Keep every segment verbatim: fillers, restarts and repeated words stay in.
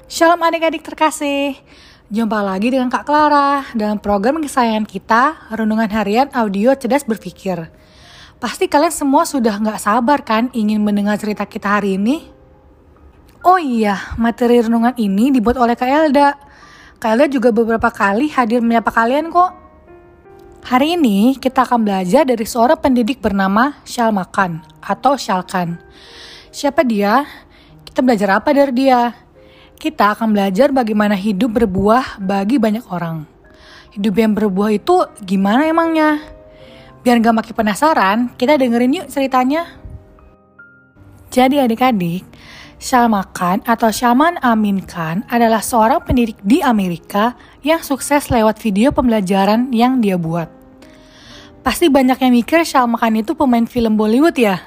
Shalom adik-adik terkasih, jumpa lagi dengan Kak Clara dalam program kesayangan kita, Renungan Harian Audio Cerdas Berpikir. Pasti kalian semua sudah gak sabar kan ingin mendengar cerita kita hari ini? Oh iya, materi renungan ini dibuat oleh Kak Elda. Kak Elda juga beberapa kali hadir menyapa kalian kok. Hari ini kita akan belajar dari seorang pendidik bernama Shalmakan atau Shalkan. Siapa dia? Kita belajar apa dari dia? Kita akan belajar bagaimana hidup berbuah bagi banyak orang. Hidup yang berbuah itu gimana emangnya? Biar gak makin penasaran, kita dengerin yuk ceritanya. Jadi adik-adik, Shalmakan atau Salman Amin Khan adalah seorang pendidik di Amerika yang sukses lewat video pembelajaran yang dia buat. Pasti banyak yang mikir Shalmakan itu pemain film Bollywood ya?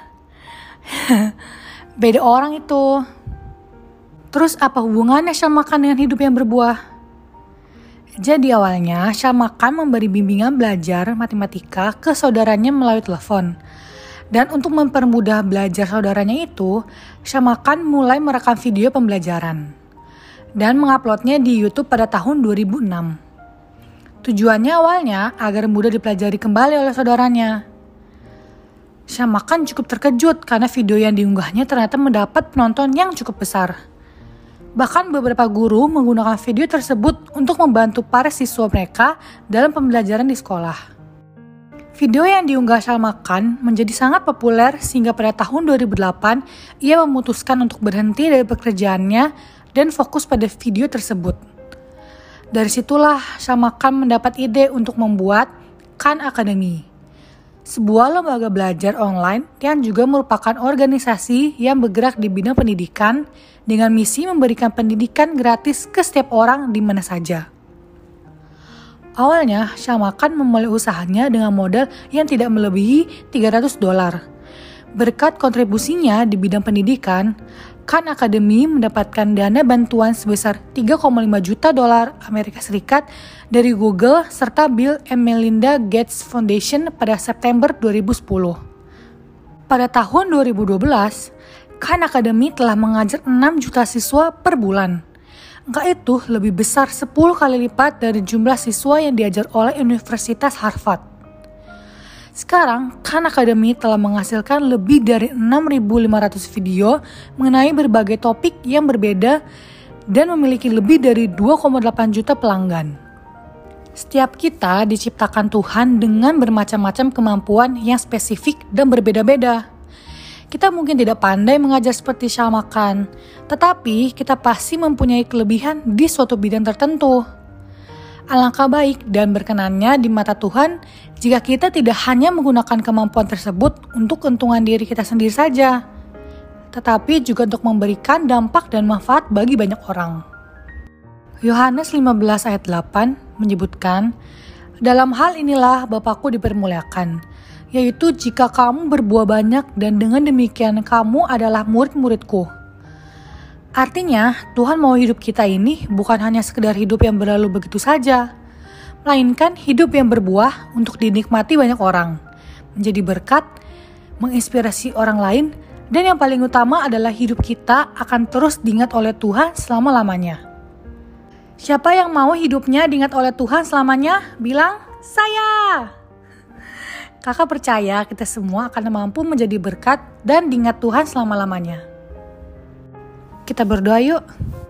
Beda orang itu. Terus apa hubungannya Shalmakan dengan hidup yang berbuah? Jadi awalnya Shalmakan memberi bimbingan belajar matematika ke saudaranya melalui telepon. Dan untuk mempermudah belajar saudaranya itu, Shalmakan mulai merekam video pembelajaran dan menguploadnya di YouTube pada tahun dua ribu enam. Tujuannya awalnya agar mudah dipelajari kembali oleh saudaranya. Shalmakan cukup terkejut karena video yang diunggahnya ternyata mendapat penonton yang cukup besar. Bahkan beberapa guru menggunakan video tersebut untuk membantu para siswa mereka dalam pembelajaran di sekolah. Video yang diunggah Shalmakan menjadi sangat populer sehingga pada tahun dua ribu delapan ia memutuskan untuk berhenti dari pekerjaannya dan fokus pada video tersebut. Dari situlah Shalmakan mendapat ide untuk membuat Khan Academy, sebuah lembaga belajar online yang juga merupakan organisasi yang bergerak di bidang pendidikan dengan misi memberikan pendidikan gratis ke setiap orang di mana saja. Awalnya, Shalmakan memulai usahanya dengan modal yang tidak melebihi tiga ratus dolar. Berkat kontribusinya di bidang pendidikan, Khan Academy mendapatkan dana bantuan sebesar tiga koma lima juta dolar Amerika Serikat dari Google serta Bill and Melinda Gates Foundation pada September dua ribu sepuluh. Pada tahun dua ribu dua belas, Khan Academy telah mengajar enam juta siswa per bulan. Angka itu lebih besar sepuluh kali lipat dari jumlah siswa yang diajar oleh Universitas Harvard. Sekarang, Khan Academy telah menghasilkan lebih dari enam ribu lima ratus video mengenai berbagai topik yang berbeda dan memiliki lebih dari dua koma delapan juta pelanggan. Setiap kita diciptakan Tuhan dengan bermacam-macam kemampuan yang spesifik dan berbeda-beda. Kita mungkin tidak pandai mengajar seperti Shalmakan, tetapi kita pasti mempunyai kelebihan di suatu bidang tertentu. Alangkah baik dan berkenannya di mata Tuhan jika kita tidak hanya menggunakan kemampuan tersebut untuk keuntungan diri kita sendiri saja, tetapi juga untuk memberikan dampak dan manfaat bagi banyak orang. Yohanes lima belas ayat delapan menyebutkan, "Dalam hal inilah Bapakku dipermuliakan, yaitu jika kamu berbuah banyak dan dengan demikian kamu adalah murid-muridku." Artinya, Tuhan mau hidup kita ini bukan hanya sekedar hidup yang berlalu begitu saja, melainkan hidup yang berbuah untuk dinikmati banyak orang, menjadi berkat, menginspirasi orang lain, dan yang paling utama adalah hidup kita akan terus diingat oleh Tuhan selama-lamanya. Siapa yang mau hidupnya diingat oleh Tuhan selamanya? Bilang, saya! Kakak percaya kita semua akan mampu menjadi berkat dan diingat Tuhan selama-lamanya. Kita berdoa yuk.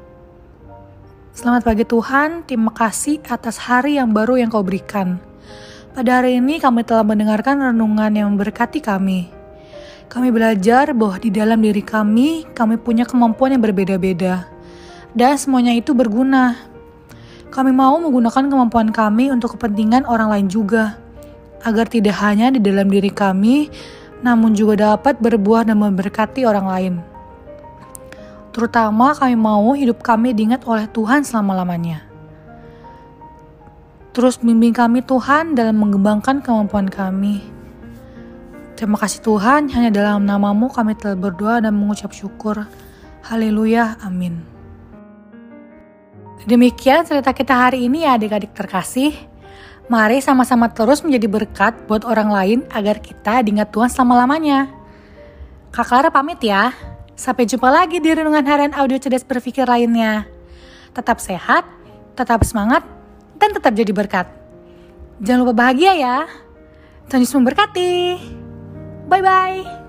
Selamat pagi Tuhan, terima kasih atas hari yang baru yang Kau berikan. Pada hari ini kami telah mendengarkan renungan yang memberkati kami. Kami belajar bahwa di dalam diri kami, kami punya kemampuan yang berbeda-beda. Dan semuanya itu berguna. Kami mau menggunakan kemampuan kami untuk kepentingan orang lain juga. Agar tidak hanya di dalam diri kami, namun juga dapat berbuah dan memberkati orang lain. Terutama kami mau hidup kami diingat oleh Tuhan selama-lamanya. Terus bimbing kami Tuhan dalam mengembangkan kemampuan kami. Terima kasih Tuhan, hanya dalam nama-Mu kami telah berdoa dan mengucap syukur. Haleluya, amin. Demikian cerita kita hari ini ya adik-adik terkasih. Mari sama-sama terus menjadi berkat buat orang lain agar kita diingat Tuhan selama-lamanya. Kak Clara pamit ya. Sampai jumpa lagi di Renungan Harian Audio Cerdas Berpikir lainnya. tetap sehat, tetap semangat, dan tetap jadi berkat. Jangan lupa bahagia ya. Tuhan Yesus memberkati. Bye-bye.